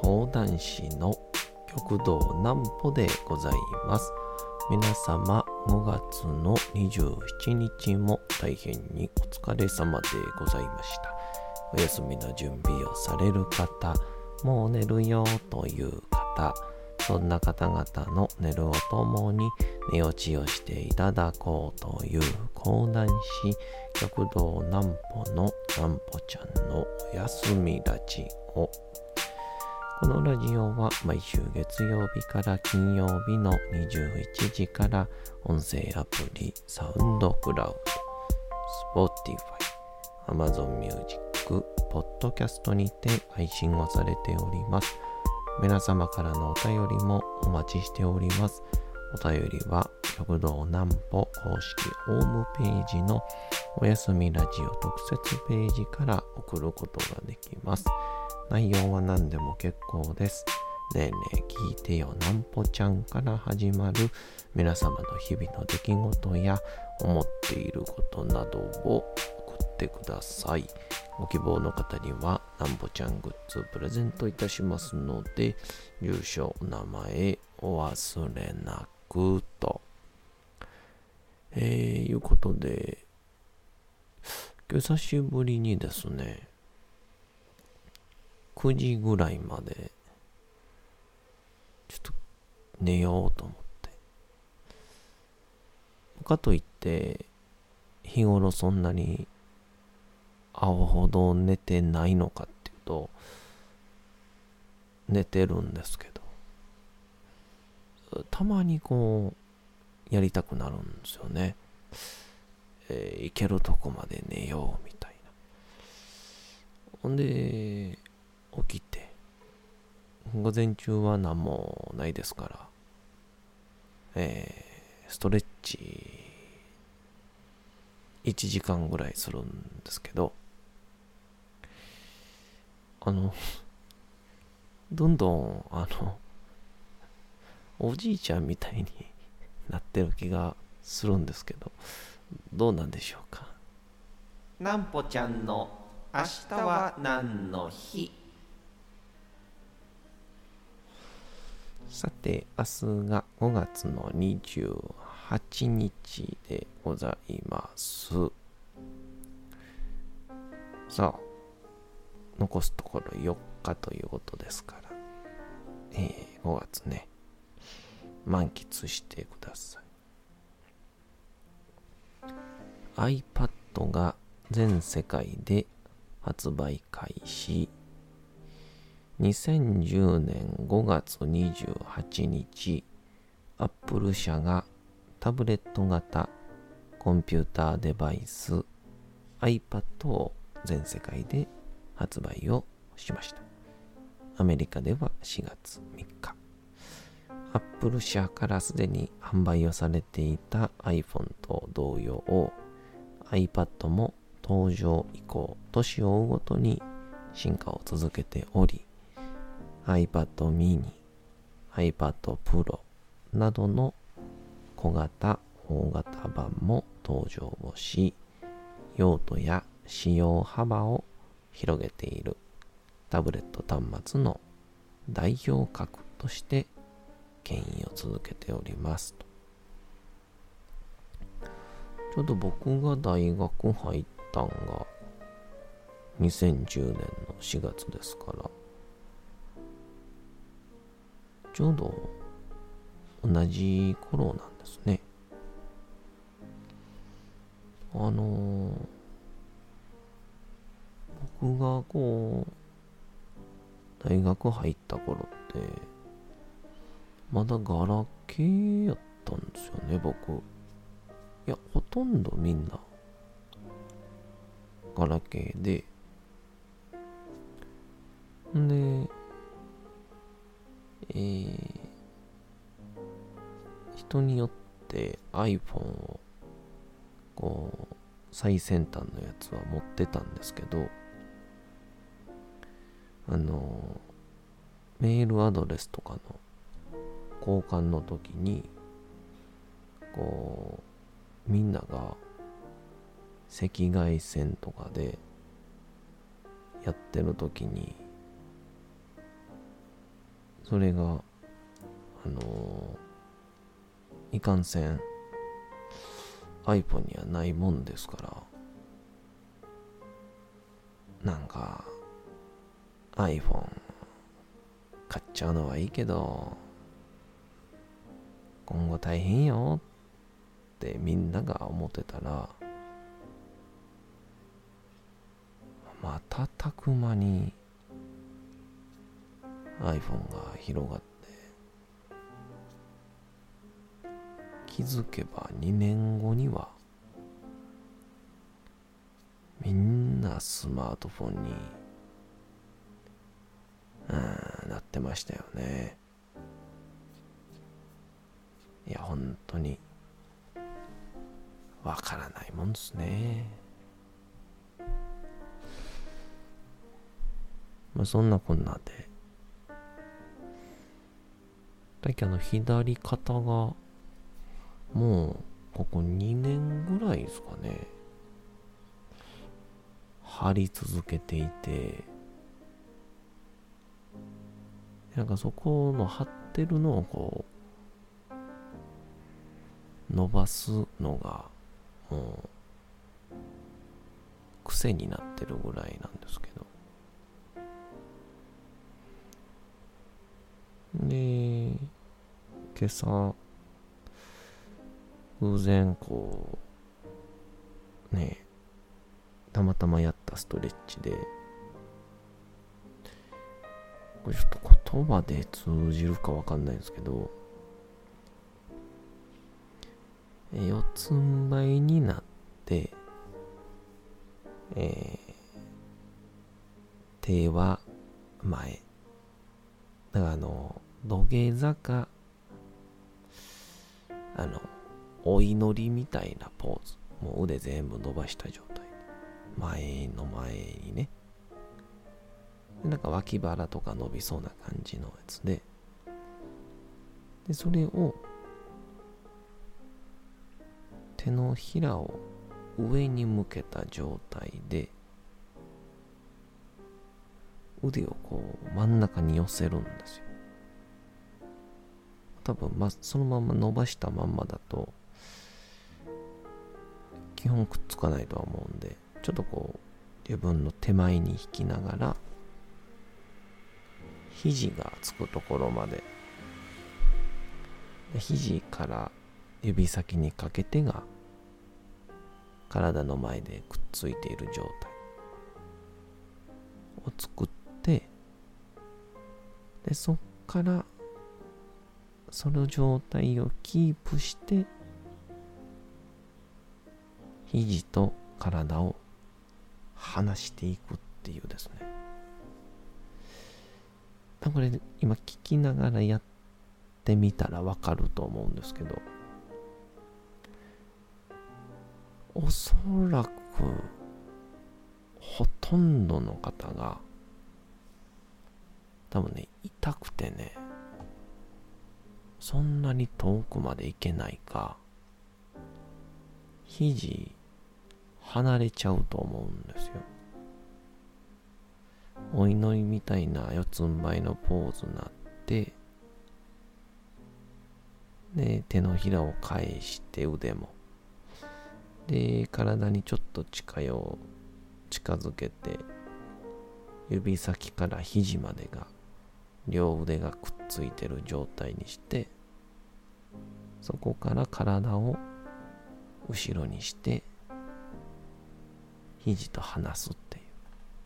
講談師の極道南歩でございます。皆様5月の27日も大変にお疲れ様でございました。お休みの準備をされる方、もう寝るよという方、そんな方々の寝るをともに寝落ちをしていただこうという講談師極道南歩の南歩ちゃんのお休みラジオ。このラジオは毎週月曜日から金曜日の21時から音声アプリサウンドクラウド、Spotify、Amazon Music、ポッドキャストにて配信をされております。皆様からのお便りもお待ちしております。お便りは極道南歩公式ホームページのおやすみラジオ特設ページから送ることができます。内容は何でも結構です。ねえねえ聞いてよ南歩ちゃんから始まる皆様の日々の出来事や思っていることなどを送ってください。ご希望の方には南歩ちゃんグッズプレゼントいたしますので、住所お名前お忘れなくということで、久しぶりにですね、9時ぐらいまでちょっと寝ようと思って、かといって日頃そんなにアホほど寝てないのかっていうと、寝てるんですけど、たまにこうやりたくなるんですよね。行けるとこまで寝ようみたいな。ほんで起きて、午前中は何もないですから、ストレッチ1時間ぐらいするんですけど、どんどんおじいちゃんみたいになってる気がするんですけど、どうなんでしょうか。 南歩ちゃんの明日は何の日。 さて、明日が5月の28日でございます。さあ、残すところ4日ということですから、5月ね、満喫してください。iPad が全世界で発売開始。2010年5月28日、Apple 社がタブレット型コンピューターデバイス iPad を全世界で発売をしました。アメリカでは4月3日。Apple 社からすでに販売をされていた iPhone と同様、iPad も登場以降、年を追うごとに進化を続けており、iPad mini、iPad Pro などの小型、大型版も登場をし、用途や使用幅を広げているタブレット端末の代表格として牽引を続けておりますと。ちょうど僕が大学入ったんが2010年の4月ですから、ちょうど同じ頃なんですね。僕がこう大学入った頃ってまだガラケーやったんですよね。僕、いや、ほとんどみんなガラケーで、で人によって iPhone をこう最先端のやつは持ってたんですけど、メールアドレスとかの交換の時にこうみんなが赤外線とかでやってる時にそれがいかんせん iPhone にはないもんですから、なんか iPhone 買っちゃうのはいいけど今後大変よってみんなが思ってたら、瞬く間に iPhone が広がって、気づけば2年後にはみんなスマートフォンになってましたよね。いや本当にわからないもんですね。そんなこんなでだけど左肩がもうここ2年ぐらいですかね、張り続けていて、なんかそこの張ってるのをこう伸ばすのがもう癖になってるぐらいなんですけど、で今朝偶然こうね、たまたまやったストレッチで、これちょっと言葉で通じるかわかんないんですけど、四つん這いになって、手は前だから土下座かお祈りみたいなポーズ、もう腕全部伸ばした状態、前の前にね、なんか脇腹とか伸びそうな感じのやつで、それを手のひらを上に向けた状態で腕をこう真ん中に寄せるんですよ。多分そのまま伸ばしたまんまだと基本くっつかないとは思うんで、ちょっとこう自分の手前に引きながら肘がつくところまで、肘から指先にかけてが体の前でくっついている状態を作って、でそっからその状態をキープして肘と体を離していくっていうですね。これ今聞きながらやってみたらわかると思うんですけど、おそらくほとんどの方が多分ね、痛くてね、そんなに遠くまで行けないか、肘離れちゃうと思うんですよ。お祈りみたいな四つん這いのポーズになって、で手のひらを返して腕もで体にちょっと近づけて、指先から肘までが両腕がくっついてる状態にして、そこから体を後ろにして肘と離すっていう、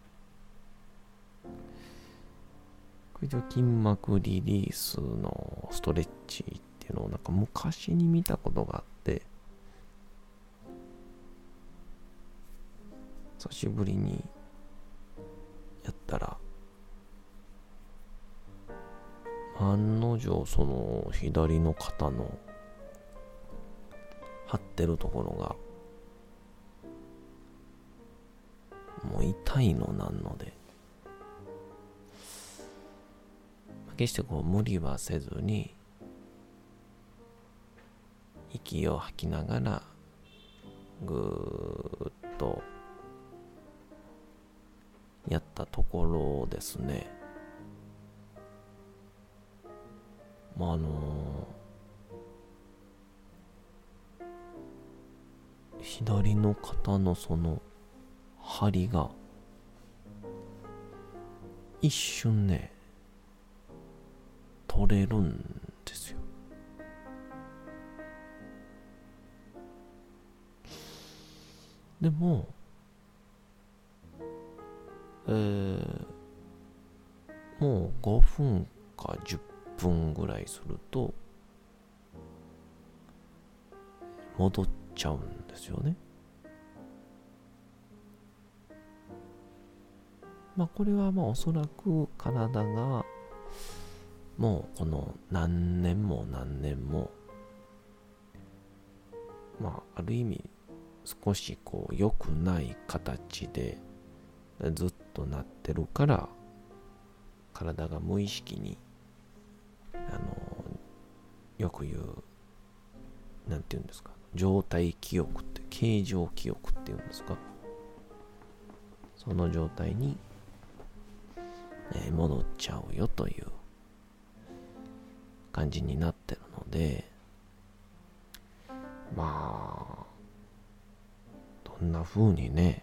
これ筋膜リリースのストレッチっていうのをなんか昔に見たことがあって、久しぶりにやったら案の定その左の肩の張ってるところがもう痛いのなんので、決してこう無理はせずに息を吐きながらぐーっとやったところですね、 まあ左の肩のその張りが一瞬ね取れるんですよ。でももう5分か10分ぐらいすると戻っちゃうんですよね。まあこれはまあおそらく体がもうこの何年も何年もまあある意味少しこう良くない形でずっとなってるから体が無意識によく言うなんて言うんですか、状態記憶って形状記憶って言うんですか、その状態に、戻っちゃうよという感じになってるので、まあどんな風にね、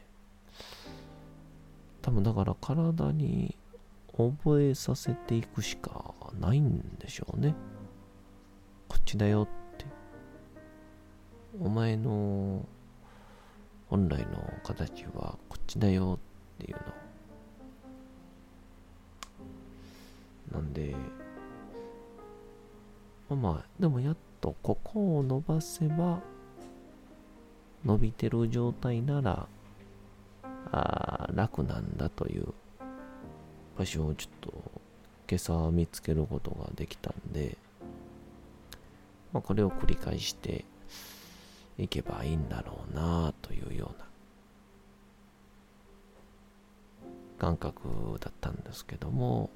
多分だから体に覚えさせていくしかないんでしょうね。こっちだよって、お前の本来の形はこっちだよっていうのなんで、まあでもやっとここを伸ばせば伸びてる状態なら楽なんだという場所をちょっと今朝見つけることができたんで、まあ、これを繰り返していけばいいんだろうなというような感覚だったんですけども、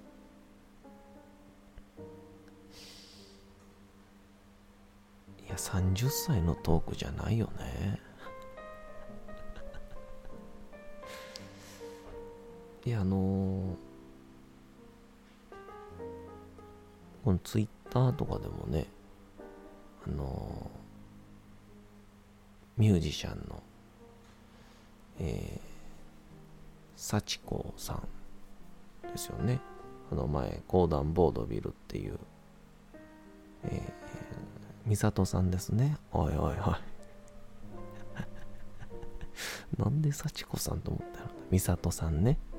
いや30歳のトークじゃないよね。いやこのツイッターとかでもね、ミュージシャンの幸子さんですよね。前講談ボードビルっていう美里さんですね。おいおいおいなんで幸子さんと思ったの。美里さんね。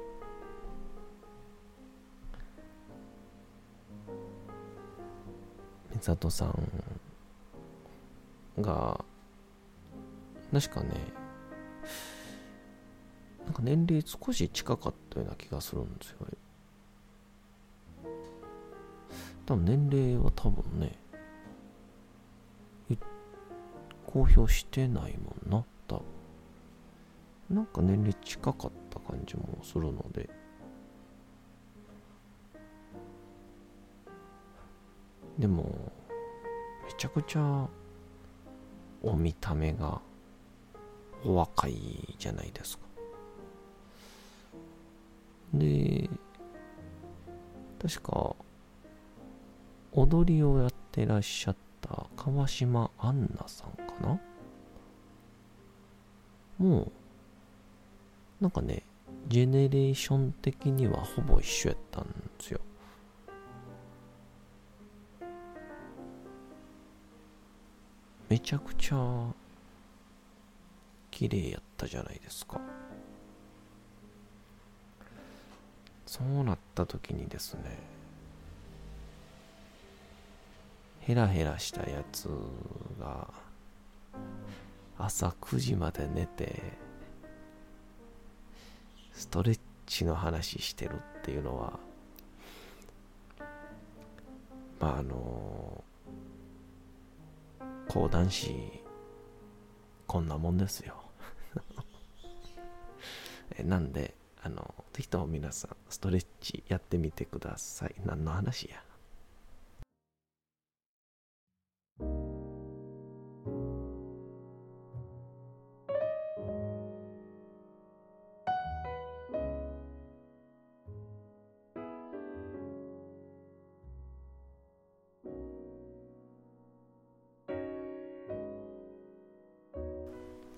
美里さんが確かね、なんか年齢少し近かったような気がするんですよ。多分年齢は多分ね公表してないもんな。多分なんか年齢近かった感じもするので、でもめちゃくちゃお見た目がお若いじゃないですか。で確か踊りをやってらっしゃった川島アンナさんかな、もうなんかねジェネレーション的にはほぼ一緒やったんですよ。めちゃくちゃ綺麗やったじゃないですか。そうなった時にですね、ヘラヘラしたやつが朝9時まで寝てストレッチの話してるっていうのは、まあ講談師こんなもんですよなんでぜひとも皆さんストレッチやってみてください。何の話や。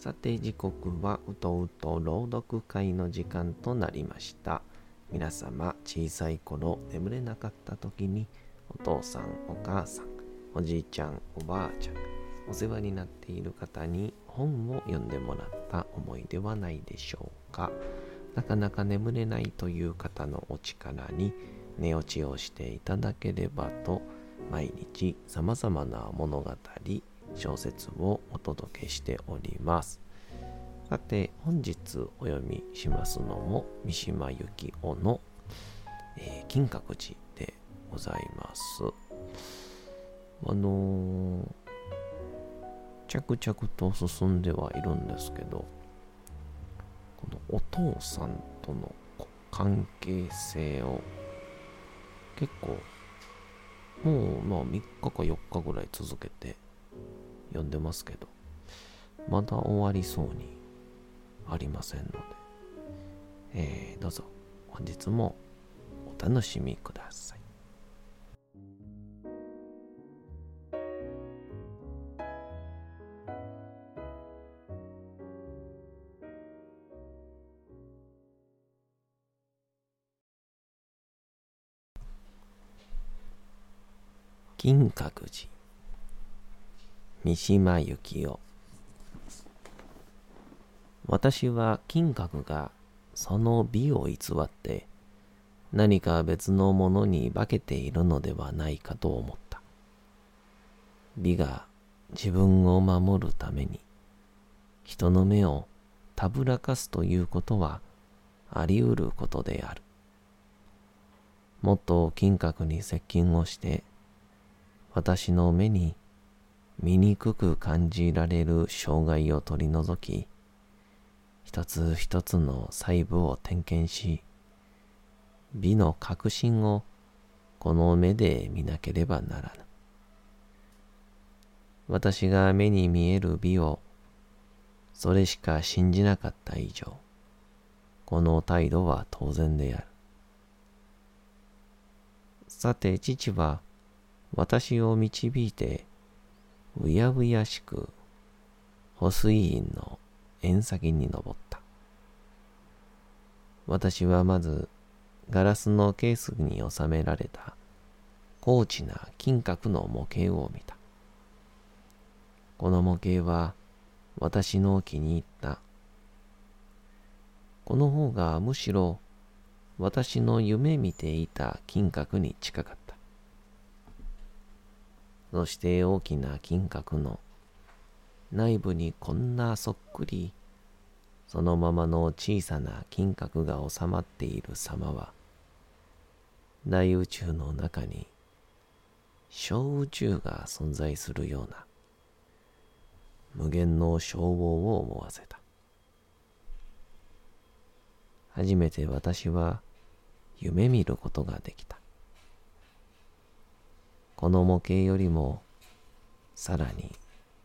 さて時刻はうとうと朗読会の時間となりました。皆様小さい頃眠れなかった時にお父さんお母さんおじいちゃんおばあちゃんお世話になっている方に本を読んでもらった思いではないでしょうか。なかなか眠れないという方のお力に寝落ちをしていただければと、毎日さまざまな物語小説をお届けしております。さて本日お読みしますのも三島由紀夫の、金閣寺でございます。着々と進んではいるんですけど、このお父さんとの関係性を結構もう3日か4日ぐらい続けて読んでますけど、まだ終わりそうにありませんので、どうぞ本日もお楽しみください。金閣寺、三島由紀夫。私は金閣がその美を偽って何か別のものに化けているのではないかと思った。美が自分を守るために人の目をたぶらかすということはあり得ることである。もっと金閣に接近をして私の目に醜く感じられる障害を取り除き、一つ一つの細部を点検し、美の確信をこの目で見なければならぬ。私が目に見える美をそれしか信じなかった以上、この態度は当然である。さて父は私を導いてうやうやしく保水院の縁先に登った。私はまずガラスのケースに収められた高知な金閣の模型を見た。この模型は私の気に入った。この方がむしろ私の夢見ていた金閣に近かった。そして大きな金閣の内部にこんなそっくりそのままの小さな金閣が収まっている様は、大宇宙の中に小宇宙が存在するような無限の称号を思わせた。初めて私は夢見ることができた。この模型よりもさらに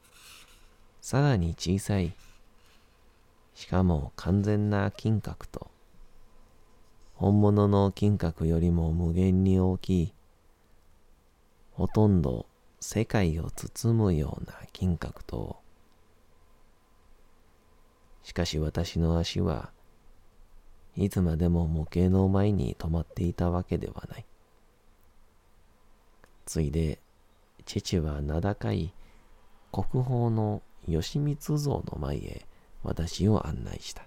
小さい、しかも完全な金閣と、本物の金閣よりも無限に大きい、ほとんど世界を包むような金閣と、しかし私の足はいつまでも模型の前に止まっていたわけではない。ついで父は名高い国宝の義満像の前へ私を案内した。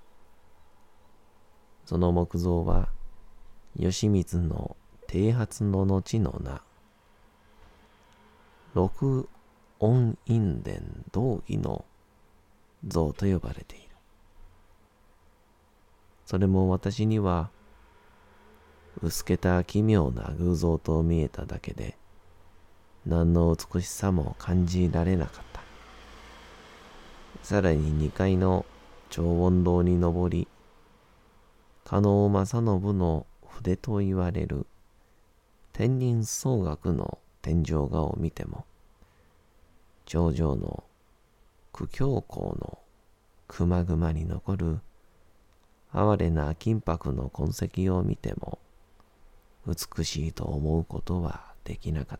その木像は義満の剃髪の後の名、六恩院伝道義の像と呼ばれている。それも私には薄けた奇妙な偶像と見えただけで、何の美しさも感じられなかった。さらに2階の長音堂に登り、加納正信の筆と言われる天人総学の天井画を見ても、頂上の苦境港のくまぐまに残る哀れな金箔の痕跡を見ても、美しいと思うことはできなかった。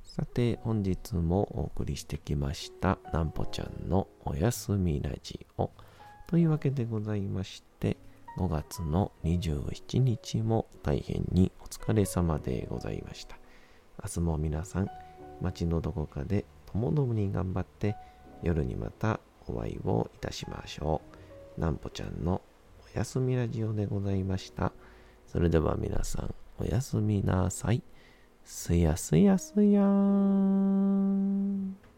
さて本日もお送りしてきましたなんぽちゃんのおやすみラジオというわけでございまして、5月の27日も大変にお疲れ様でございました。明日も皆さん街のどこかでともどもに頑張って夜にまたお会いをいたしましょう。なんぽちゃんのおやすみラジオでございました。それでは皆さんおやすみなさい。すやすやすやーん。